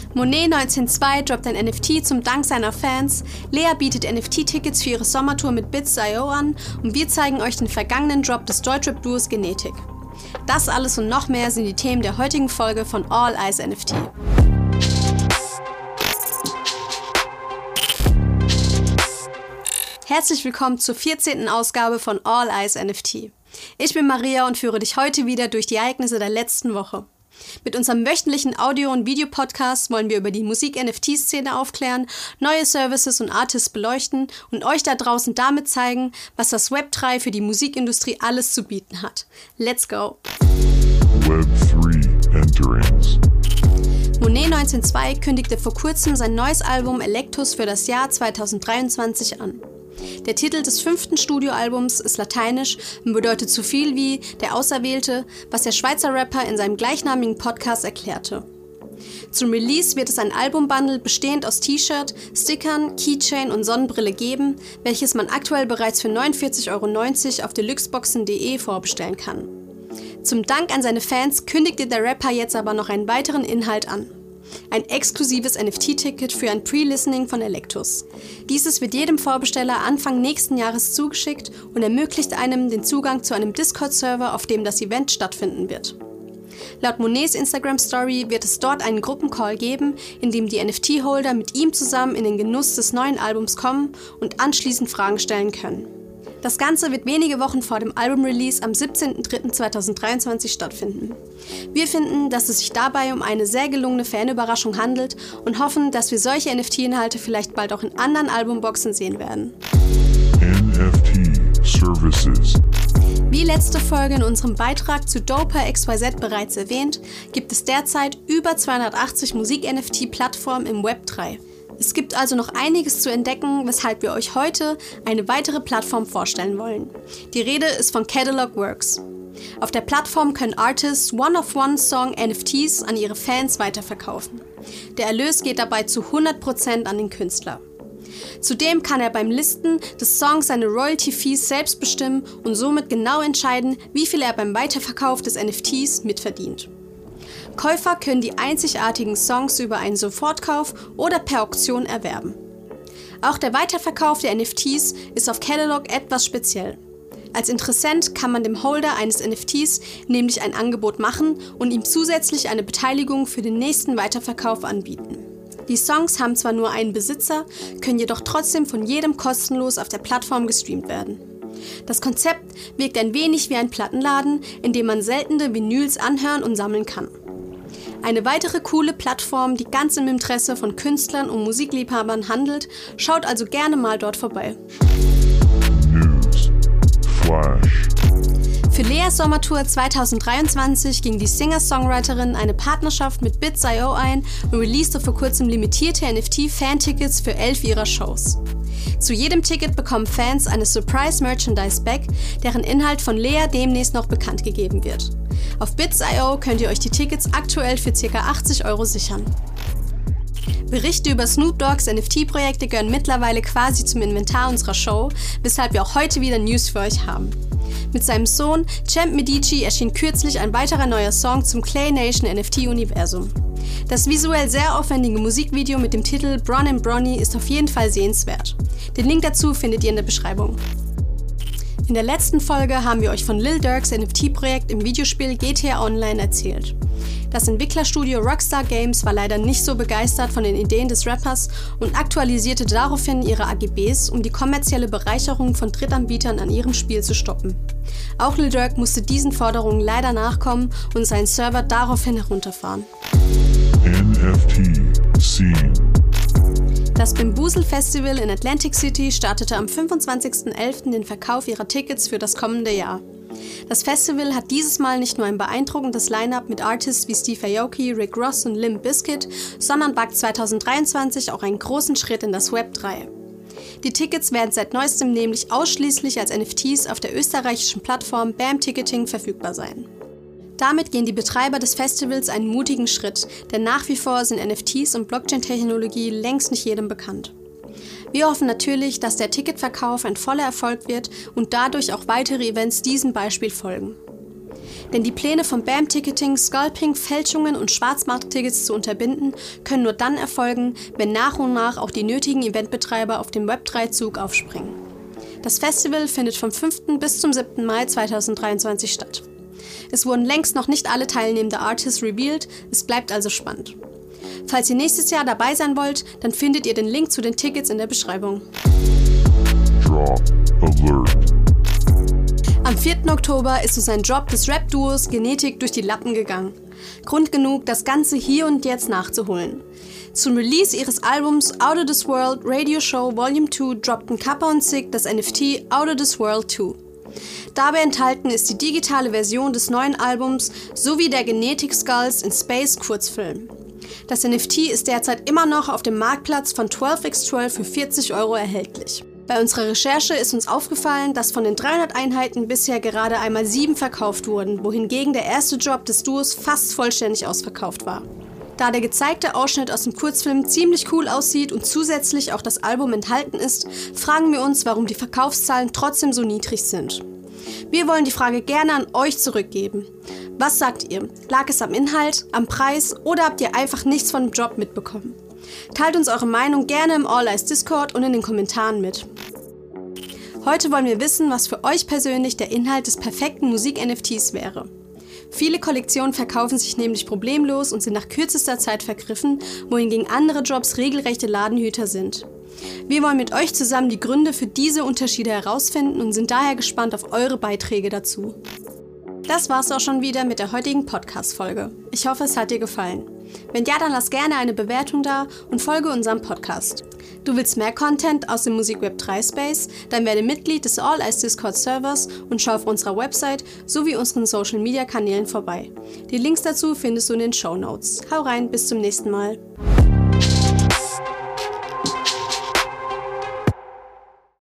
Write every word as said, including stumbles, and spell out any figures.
Monet neunzehnhundertzwei droppt ein N F T zum Dank seiner Fans, Lea bietet N F T-Tickets für ihre Sommertour mit Bits Punkt i o an und wir zeigen euch den vergangenen Drop des Deutschrap-Duos Genetik. Das alles und noch mehr sind die Themen der heutigen Folge von All Eyes N F T. Herzlich willkommen zur vierzehnten Ausgabe von All Eyes N F T. Ich bin Maria und führe dich heute wieder durch die Ereignisse der letzten Woche. Mit unserem wöchentlichen Audio- und Videopodcast wollen wir über die Musik-N F T-Szene aufklären, neue Services und Artists beleuchten und euch da draußen damit zeigen, was das Web drei für die Musikindustrie alles zu bieten hat. Let's go! Web drei Enterings. Monet neunzehnhundertzwei kündigte vor kurzem sein neues Album Electus für das Jahr zweitausenddreiundzwanzig an. Der Titel des fünften Studioalbums ist lateinisch und bedeutet so viel wie der Auserwählte, was der Schweizer Rapper in seinem gleichnamigen Podcast erklärte. Zum Release wird es ein Albumbundle bestehend aus T-Shirt, Stickern, Keychain und Sonnenbrille geben, welches man aktuell bereits für neunundvierzig Euro neunzig auf deluxeboxen punkt de vorbestellen kann. Zum Dank an seine Fans kündigte der Rapper jetzt aber noch einen weiteren Inhalt an. Ein exklusives N F T-Ticket für ein Pre-Listening von Electus. Dieses wird jedem Vorbesteller Anfang nächsten Jahres zugeschickt und ermöglicht einem den Zugang zu einem Discord-Server, auf dem das Event stattfinden wird. Laut Monets Instagram-Story wird es dort einen Gruppencall geben, in dem die N F T-Holder mit ihm zusammen in den Genuss des neuen Albums kommen und anschließend Fragen stellen können. Das Ganze wird wenige Wochen vor dem Album-Release am siebzehnten dritten zweitausenddreiundzwanzig stattfinden. Wir finden, dass es sich dabei um eine sehr gelungene Fanüberraschung handelt und hoffen, dass wir solche N F T-Inhalte vielleicht bald auch in anderen Albumboxen sehen werden. N F T-Services. Wie letzte Folge in unserem Beitrag zu Doper X Y Z bereits erwähnt, gibt es derzeit über zweihundertachtzig Musik-N F T-Plattformen im Web drei. Es gibt also noch einiges zu entdecken, weshalb wir euch heute eine weitere Plattform vorstellen wollen. Die Rede ist von Catalog Works. Auf der Plattform können Artists One-of-One-Song N F Ts an ihre Fans weiterverkaufen. Der Erlös geht dabei zu hundert Prozent an den Künstler. Zudem kann er beim Listen des Songs seine Royalty-Fees selbst bestimmen und somit genau entscheiden, wie viel er beim Weiterverkauf des N F Ts mitverdient. Käufer können die einzigartigen Songs über einen Sofortkauf oder per Auktion erwerben. Auch der Weiterverkauf der N F Ts ist auf Catalog etwas speziell. Als Interessent kann man dem Holder eines N F Ts nämlich ein Angebot machen und ihm zusätzlich eine Beteiligung für den nächsten Weiterverkauf anbieten. Die Songs haben zwar nur einen Besitzer, können jedoch trotzdem von jedem kostenlos auf der Plattform gestreamt werden. Das Konzept wirkt ein wenig wie ein Plattenladen, in dem man seltene Vinyls anhören und sammeln kann. Eine weitere coole Plattform, die ganz im Interesse von Künstlern und Musikliebhabern handelt, schaut also gerne mal dort vorbei. News Flash. Für Leas Sommertour zweitausenddreiundzwanzig ging die Singer-Songwriterin eine Partnerschaft mit Bits Punkt i o ein und releaste vor kurzem limitierte N F T-Fan-Tickets für elf ihrer Shows. Zu jedem Ticket bekommen Fans eine Surprise-Merchandise-Bag, deren Inhalt von Lea demnächst noch bekannt gegeben wird. Auf Bits Punkt i o könnt ihr euch die Tickets aktuell für ca. achtzig Euro sichern. Berichte über Snoop Dogg's N F T-Projekte gehören mittlerweile quasi zum Inventar unserer Show, weshalb wir auch heute wieder News für euch haben. Mit seinem Sohn Champ Medici erschien kürzlich ein weiterer neuer Song zum Clay Nation N F T-Universum. Das visuell sehr aufwendige Musikvideo mit dem Titel Bron and Bronny ist auf jeden Fall sehenswert. Den Link dazu findet ihr in der Beschreibung. In der letzten Folge haben wir euch von Lil Durks N F T-Projekt im Videospiel G T A Online erzählt. Das Entwicklerstudio Rockstar Games war leider nicht so begeistert von den Ideen des Rappers und aktualisierte daraufhin ihre A G Bs, um die kommerzielle Bereicherung von Drittanbietern an ihrem Spiel zu stoppen. Auch Lil Durk musste diesen Forderungen leider nachkommen und seinen Server daraufhin herunterfahren. N F T-Scene. Das Bamboozle Festival in Atlantic City startete am fünfundzwanzigsten elften den Verkauf ihrer Tickets für das kommende Jahr. Das Festival hat dieses Mal nicht nur ein beeindruckendes Line-Up mit Artists wie Steve Aoki, Rick Ross und Limp Bizkit, sondern wagt zweitausenddreiundzwanzig auch einen großen Schritt in das Web drei. Die Tickets werden seit neuestem nämlich ausschließlich als N F Ts auf der österreichischen Plattform B A M Ticketing verfügbar sein. Damit gehen die Betreiber des Festivals einen mutigen Schritt, denn nach wie vor sind N F Ts und Blockchain-Technologie längst nicht jedem bekannt. Wir hoffen natürlich, dass der Ticketverkauf ein voller Erfolg wird und dadurch auch weitere Events diesem Beispiel folgen. Denn die Pläne von B A M-Ticketing, Scalping, Fälschungen und Schwarzmarkttickets zu unterbinden, können nur dann erfolgen, wenn nach und nach auch die nötigen Eventbetreiber auf den Web drei Zug aufspringen. Das Festival findet vom fünften bis zum siebten Mai zweitausenddreiundzwanzig statt. Es wurden längst noch nicht alle teilnehmende Artists revealed, es bleibt also spannend. Falls ihr nächstes Jahr dabei sein wollt, dann findet ihr den Link zu den Tickets in der Beschreibung. Drop Alert. Am vierten Oktober ist uns ein Drop des Rap-Duos Genetik durch die Lappen gegangen. Grund genug, das Ganze hier und jetzt nachzuholen. Zum Release ihres Albums Out of This World Radio Show Volume zwei droppten Kappa und Sick das N F T Out of This World zwei. Dabei enthalten ist die digitale Version des neuen Albums sowie der Genetik Skulls in Space Kurzfilm. Das N F T ist derzeit immer noch auf dem Marktplatz von zwölf mal zwölf für vierzig Euro erhältlich. Bei unserer Recherche ist uns aufgefallen, dass von den dreihundert Einheiten bisher gerade einmal sieben verkauft wurden, wohingegen der erste Drop des Duos fast vollständig ausverkauft war. Da der gezeigte Ausschnitt aus dem Kurzfilm ziemlich cool aussieht und zusätzlich auch das Album enthalten ist, fragen wir uns, warum die Verkaufszahlen trotzdem so niedrig sind. Wir wollen die Frage gerne an euch zurückgeben. Was sagt ihr? Lag es am Inhalt, am Preis oder habt ihr einfach nichts von dem Drop mitbekommen? Teilt uns eure Meinung gerne im All Eyes Discord und in den Kommentaren mit. Heute wollen wir wissen, was für euch persönlich der Inhalt des perfekten Musik-N F Ts wäre. Viele Kollektionen verkaufen sich nämlich problemlos und sind nach kürzester Zeit vergriffen, wohingegen andere Drops regelrechte Ladenhüter sind. Wir wollen mit euch zusammen die Gründe für diese Unterschiede herausfinden und sind daher gespannt auf eure Beiträge dazu. Das war's auch schon wieder mit der heutigen Podcast-Folge. Ich hoffe, es hat dir gefallen. Wenn ja, dann lass gerne eine Bewertung da und folge unserem Podcast. Du willst mehr Content aus dem Musikweb drei Space? Dann werde Mitglied des All Eyes Discord Servers und schau auf unserer Website sowie unseren Social Media Kanälen vorbei. Die Links dazu findest du in den Shownotes. Hau rein, bis zum nächsten Mal.